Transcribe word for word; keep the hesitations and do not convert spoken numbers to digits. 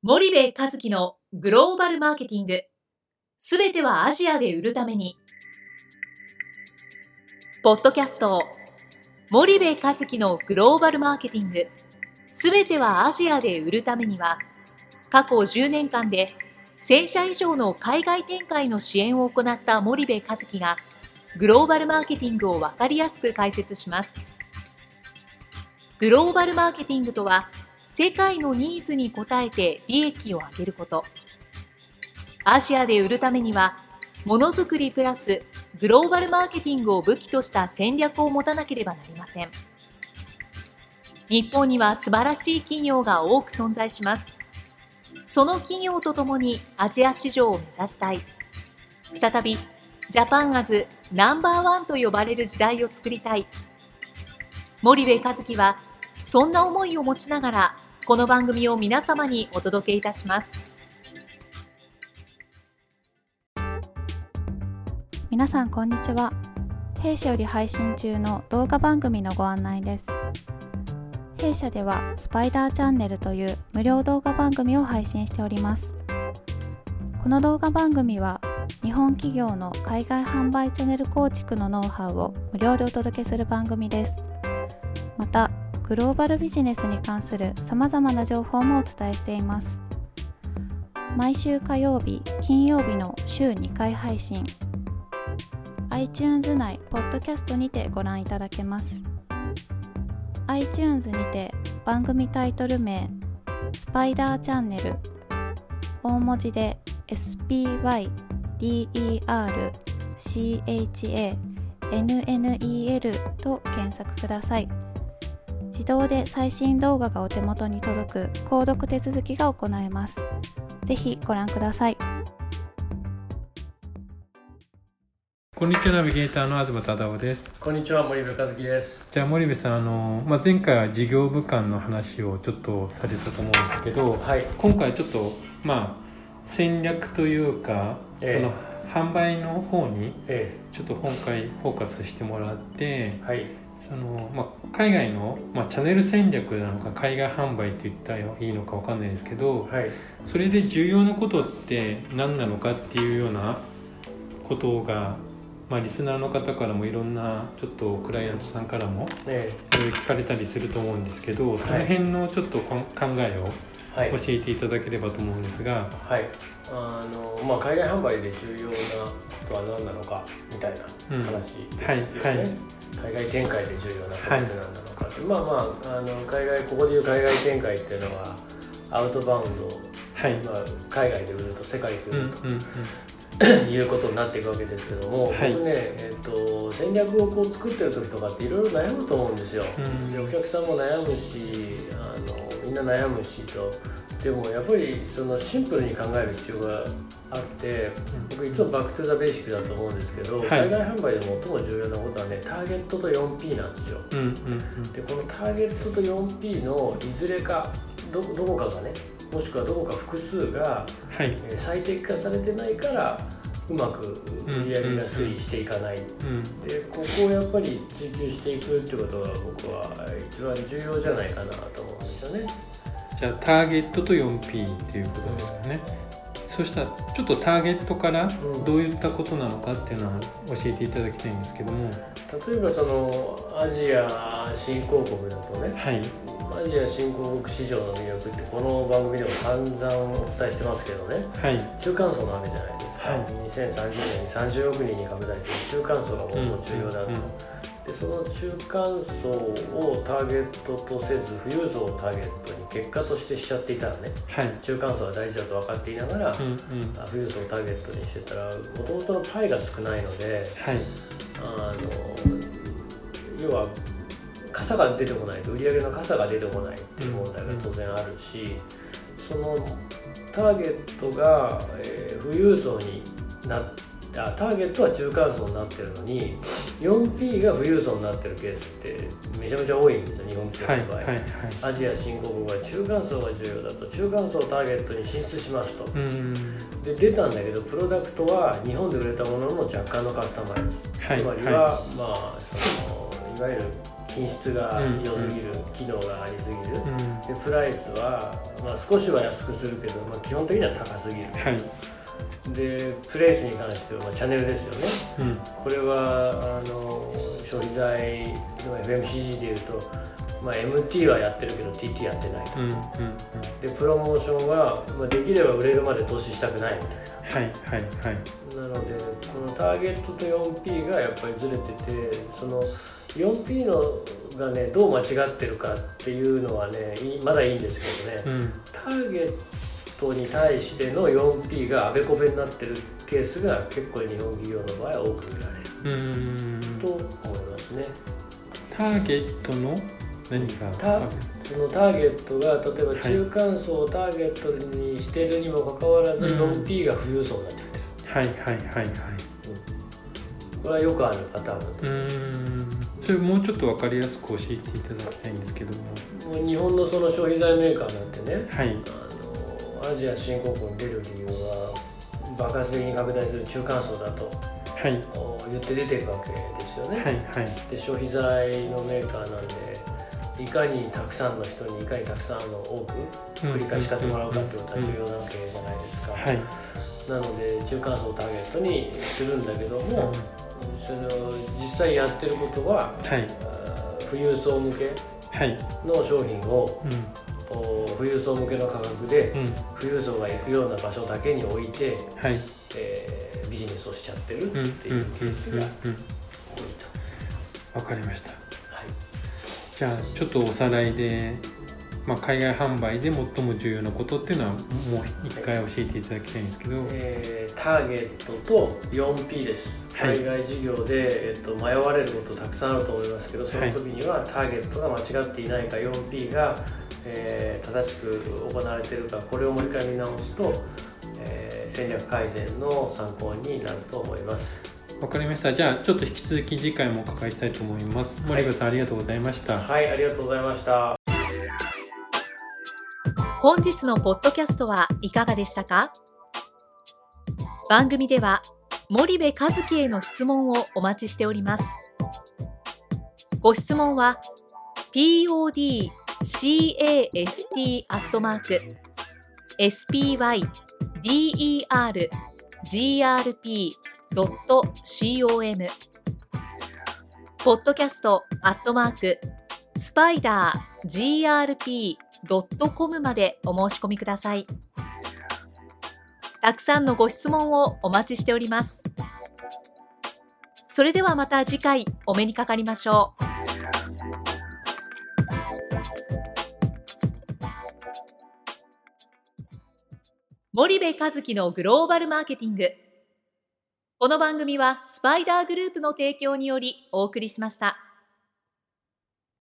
森部一樹のグローバルマーケティング、すべてはアジアで売るために。ポッドキャスト森部一樹のグローバルマーケティング、すべてはアジアで売るためには、過去じゅうねんかんでせんしゃ以上の海外展開の支援を行った森部一樹がグローバルマーケティングを分かりやすく解説します。グローバルマーケティングとは、世界のニーズに応えて利益を上げること。アジアで売るためには、ものづくりプラスグローバルマーケティングを武器とした戦略を持たなければなりません。日本には素晴らしい企業が多く存在します。その企業とともにアジア市場を目指したい。再び、ジャパンアズナンバーワンと呼ばれる時代を作りたい。森部一樹は、そんな思いを持ちながら、この番組を皆様にお届けいたします。 皆さんこんにちは。弊社より配信中の動画番組のご案内です。弊社ではスパイダーチャンネルという無料動画番組を配信しております。この動画番組は日本企業の海外販売チャンネル構築のノウハウを無料でお届けする番組です。またグローバルビジネスに関するさまざまな情報もお伝えしています。毎週火曜日、金曜日の週にかい配信。iTunes 内、ポッドキャストにてご覧いただけます。iTunes にて番組タイトル名、スパイダーチャンネル、大文字で エスピーワイディーイーアールシーエイチエーエヌエヌイーエル と検索ください。自動で最新動画がお手元に届く購読手続きが行えます。ぜひご覧ください。 こんにちは、ナビゲーターの東忠夫です。 こんにちは、森部一樹です。 じゃあ森部さん、あの、まあ、前回は事業部間の話をちょっとされたと思うんですけど、 はい、 今回ちょっと、まあ、戦略というか、ええ、その販売の方にちょっと今回フォーカスしてもらって、ええ、はいそのまあ、海外の、まあ、チャンネル戦略なのか海外販売って言ったらいいのか分かんないですけど、はい、それで重要なことって何なのかっていうようなことが、まあ、リスナーの方からもいろんなちょっとクライアントさんからもいろいろ聞かれたりすると思うんですけど、はい、その辺のちょっと考えを教えていただければと思うんですが、 はい、あのまあ、海外販売で重要なことは何なのかみたいな話ですよね。うんはいはい海外展開で重要なことって何なのかって、はい、まあまあ、あの海外ここでいう海外展開っていうのはアウトバウンド、はいまあ、海外で売ると世界で売ると、うんうんうん、いうことになっていくわけですけども、はい、僕ね、えー、と戦略をこう作ってる時とかっていろいろ悩むと思うんですよ、うん、でお客さんも悩むしあのみんな悩むしとでもやっぱりそのシンプルに考える必要があって、僕いつもバックトゥザベーシックだと思うんですけど、はい、海外販売で最も重要なことはね、ターゲットと よんピー なんですよ、うんうんうん、でこのターゲットと よんピー のいずれか ど, どこかがねもしくはどこか複数が、はいえー、最適化されてないからうまく売り上げが推移していかない、うんうんうん、でここをやっぱり追求していくってことが僕は一番重要じゃないかなと思うんですよね。 じゃあターゲットと よんピー っていうことですかね、うん、そしたらちょっとターゲットからどういったことなのかっていうのは教えていただきたいんですけども、 例えばそのアジア新興国だとね、はい、アジア新興国市場の魅力ってこの番組でも散々お伝えしてますけどね、はい、中間層なわけじゃないですか、はい、にせんさんじゅうねんにさんじゅうおくにんに拡大する中間層が最も重要だと、うんうんうんでその中間層をターゲットとせず富裕層をターゲットに結果としてしちゃっていたらね、はい、中間層は大事だと分かっていながら、うんうん、富裕層をターゲットにしてたらもともとのパイが少ないので、はい、あの要は傘が出てこないと売り上げの傘が出てこないっていう問題が当然あるし、うんうん、そのターゲットが、えー、富裕層になってターゲットは中間層になってるのに よんピー が富裕層になってるケースってめちゃめちゃ多いんですよ、日本企業の場合、はいはいはい、アジア新興国は中間層が重要だと中間層をターゲットに進出しますとうんで出たんだけどプロダクトは日本で売れたものの若干のカスタマイズ、はい、つまりは、はいまあ、そのいわゆる品質が良すぎる、うん、機能がありすぎる、うん、でプライスは、まあ、少しは安くするけど、まあ、基本的には高すぎる、はい、でプレイスに関しては、まあ、チャンネルですよね、うん、これはあの消費財の エフエムシージー でいうと、まあ、エムティー はやってるけど ティーティー やってないと、うんうんうん、でプロモーションは、まあ、できれば売れるまで投資したくないみたいな。 はいはいはい、 なのでこのターゲットと よんピー がやっぱりずれてて、その よんピー のがねどう間違ってるかっていうのはねまだいいんですけどね、うん、ターゲットに対しての よんピー があべこべになってるケースが結構日本企業の場合は多く見られるうんと思いますね。 ターゲットの何がそのターゲットが例えば中間層をターゲットにしてるにもかかわらず、はい、よんピー が富裕層になっちゃってる。 はいはいはいはい、うん、 これはよくあるパターンだと思います。うーん、それもうちょっと分かりやすく教えていただきたいんですけども。 もう日本のその消費財メーカーなんてね、 はい、 あのアジア新興国に出る理由は爆発的に拡大する中間層だと、はい、言って出てるわけですよね。はいはい、で消費財のメーカーなんでいかにたくさんの人にいかにたくさんの多く繰り返し買ってもらうかっていうことは重要なわけじゃないですか、はい、なので中間層をターゲットにするんだけども、うん、その実際やってることは、はい、富裕層向けの商品を、はい、富裕層向けの価格で、うん、富裕層が行くような場所だけに置いて、はい、えー、ビジネスをしちゃってるっていうケースが多いと。わかりました。じゃあちょっとおさらいで、まあ、海外販売で最も重要なことっていうのはもう一回教えていただきたいんですけど、 えー、ターゲットと よんピー です。海外事業で、えっと、迷われることたくさんあると思いますけど、その時にはターゲットが間違っていないか よんピー が、えー、正しく行われているか、これをもう一回見直すと、えー、戦略改善の参考になると思います。 わかりました。じゃあちょっと引き続き次回もお伺いしたいと思います。森部さん、はい、ありがとうございました。 はい、ありがとうございました。 本日のポッドキャストはいかがでしたか？番組では森部一樹への質問をお待ちしております。ご質問は ピーオーディーキャスト アットマーク エスピーワイディーイーアールジーアールピードットコム ポッドキャストアットマークスパイダー ジーアールピードットコム までお申し込みください。たくさんのご質問をお待ちしております。それではまた次回お目にかかりましょう。森部一樹のグローバルマーケティング。この番組はスパイダーグループの提供によりお送りしました。